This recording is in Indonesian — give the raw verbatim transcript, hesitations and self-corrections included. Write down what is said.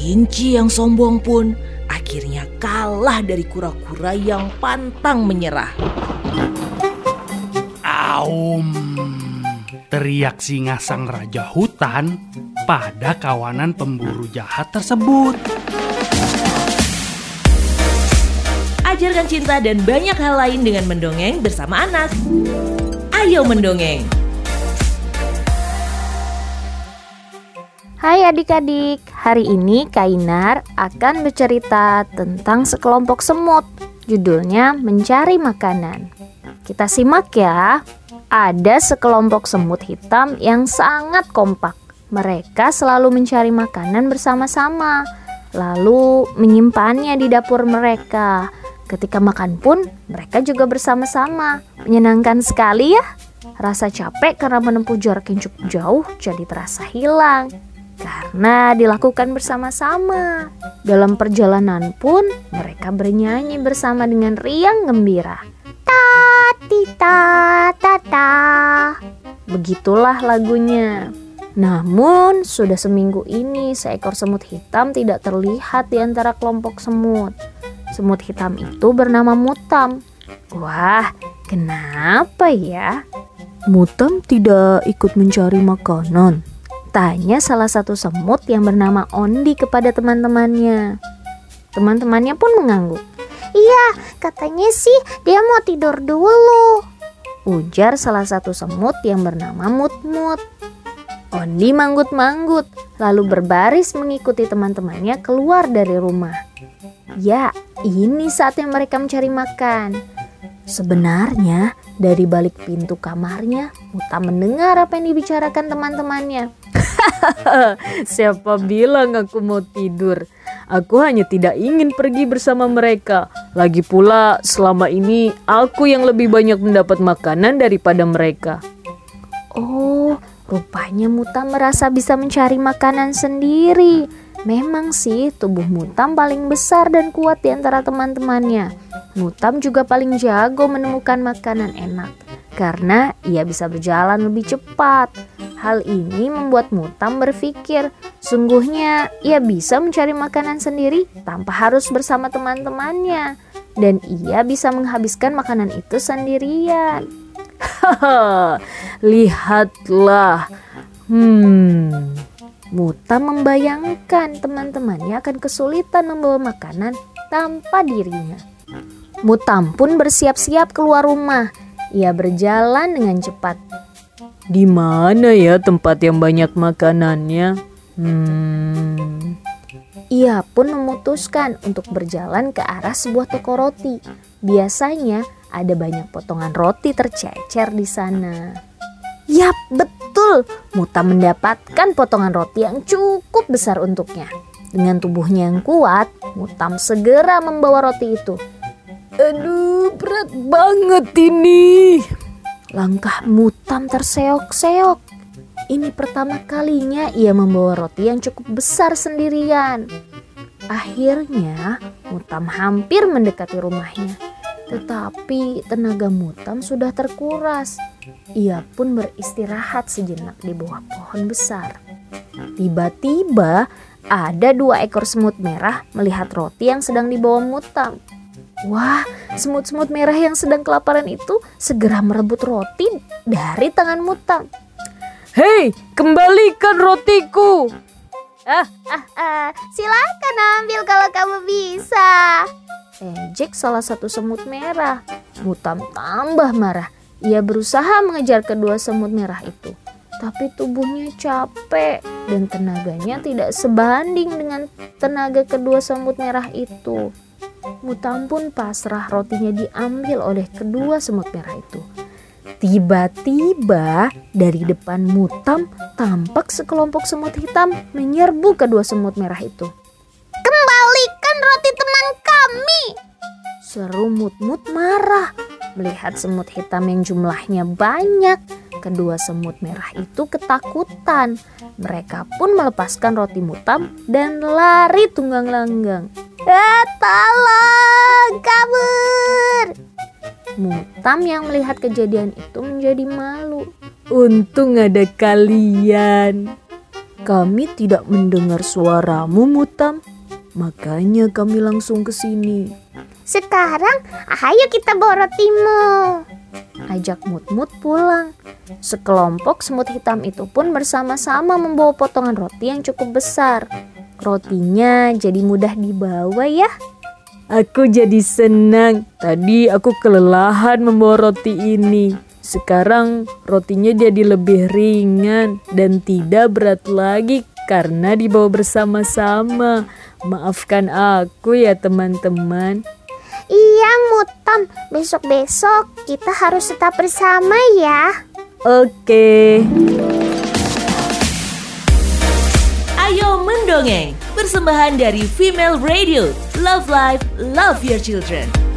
Kelinci yang sombong pun akhirnya kalah dari kura-kura yang pantang menyerah. Aum, teriak singa sang raja hutan pada kawanan pemburu jahat tersebut. Ajarkan cinta dan banyak hal lain dengan mendongeng bersama anak. Ayo mendongeng. Hai adik-adik, hari ini Kainar akan bercerita tentang sekelompok semut. Judulnya Mencari Makanan. Kita simak ya. Ada sekelompok semut hitam yang sangat kompak. Mereka selalu mencari makanan bersama-sama, lalu menyimpannya di dapur mereka. Ketika makan pun mereka juga bersama-sama. Menyenangkan sekali ya. Rasa capek karena menempuh jarak yang cukup jauh jadi terasa hilang karena dilakukan bersama-sama. Dalam perjalanan pun mereka bernyanyi bersama dengan riang gembira. Ta ti ta ta ta. Begitulah lagunya. Namun sudah seminggu ini seekor semut hitam tidak terlihat di antara kelompok semut. Semut hitam itu bernama Mutam. Wah, kenapa ya? Mutam tidak ikut mencari makanan, tanya salah satu semut yang bernama Ondi kepada teman-temannya. Teman-temannya pun mengangguk. Iya, katanya sih dia mau tidur dulu, ujar salah satu semut yang bernama Mut-Mut. Ondi manggut-manggut, lalu berbaris mengikuti teman-temannya keluar dari rumah. Ya, ini saatnya mereka mencari makan. Sebenarnya dari balik pintu kamarnya, Mutam mendengar apa yang dibicarakan teman-temannya. Siapa bilang aku mau tidur? Aku hanya tidak ingin pergi bersama mereka. Lagi pula selama ini aku yang lebih banyak mendapat makanan daripada mereka. Oh, rupanya Mutam merasa bisa mencari makanan sendiri. Memang sih tubuh Mutam paling besar dan kuat di antara teman-temannya. Mutam juga paling jago menemukan makanan enak karena ia bisa berjalan lebih cepat. Hal ini membuat Mutam berpikir, sungguhnya ia bisa mencari makanan sendiri tanpa harus bersama teman-temannya. Dan ia bisa menghabiskan makanan itu sendirian. Haha, lihatlah. Hmm... Mutam membayangkan teman-temannya akan kesulitan membawa makanan tanpa dirinya. Mutam pun bersiap-siap keluar rumah. Ia berjalan dengan cepat. Di mana ya tempat yang banyak makanannya? Hmm. Ia pun memutuskan untuk berjalan ke arah sebuah toko roti. Biasanya ada banyak potongan roti tercecer di sana. Yap, betul. Mutam mendapatkan potongan roti yang cukup besar untuknya. Dengan tubuhnya yang kuat, Mutam segera membawa roti itu. Aduh, berat banget ini. Langkah Mutam terseok-seok. Ini pertama kalinya ia membawa roti yang cukup besar sendirian. Akhirnya, Mutam hampir mendekati rumahnya. Tetapi tenaga Mutam sudah terkuras. Ia pun beristirahat sejenak di bawah pohon besar. Tiba-tiba ada dua ekor semut merah melihat roti yang sedang dibawa Mutam. Wah, semut-semut merah yang sedang kelaparan itu segera merebut roti dari tangan Mutam. Hei, kembalikan rotiku. Ah, ah, ah, silakan ambil kalau kamu bisa. Ejek salah satu semut merah. Mutam tambah marah. Ia berusaha mengejar kedua semut merah itu. Tapi tubuhnya capek dan tenaganya tidak sebanding dengan tenaga kedua semut merah itu. Mutam pun pasrah, rotinya diambil oleh kedua semut merah itu. Tiba-tiba dari depan Mutam tampak sekelompok semut hitam menyerbu kedua semut merah itu. Kembalikan roti teman kami, seru Mut-Mut marah. Melihat semut hitam yang jumlahnya banyak, kedua semut merah itu ketakutan. Mereka pun melepaskan roti Mutam dan lari tunggang langgang. Eh, tolong, kabur! Mutam yang melihat kejadian itu menjadi malu. Untung ada kalian. Kami tidak mendengar suaramu, Mutam. Makanya kami langsung ke sini. Sekarang ayo kita bawa rotimu. Ajak Mut-Mut pulang. Sekelompok semut hitam itu pun bersama-sama membawa potongan roti yang cukup besar. Rotinya jadi mudah dibawa ya. Aku jadi senang. Tadi aku kelelahan membawa roti ini. Sekarang rotinya jadi lebih ringan dan tidak berat lagi karena dibawa bersama-sama. Maafkan aku ya teman-teman. Iya Mutam, besok-besok kita harus tetap bersama ya. Oke. Ayo Mendongeng, persembahan dari Female Radio. Love Life, Love Your Children.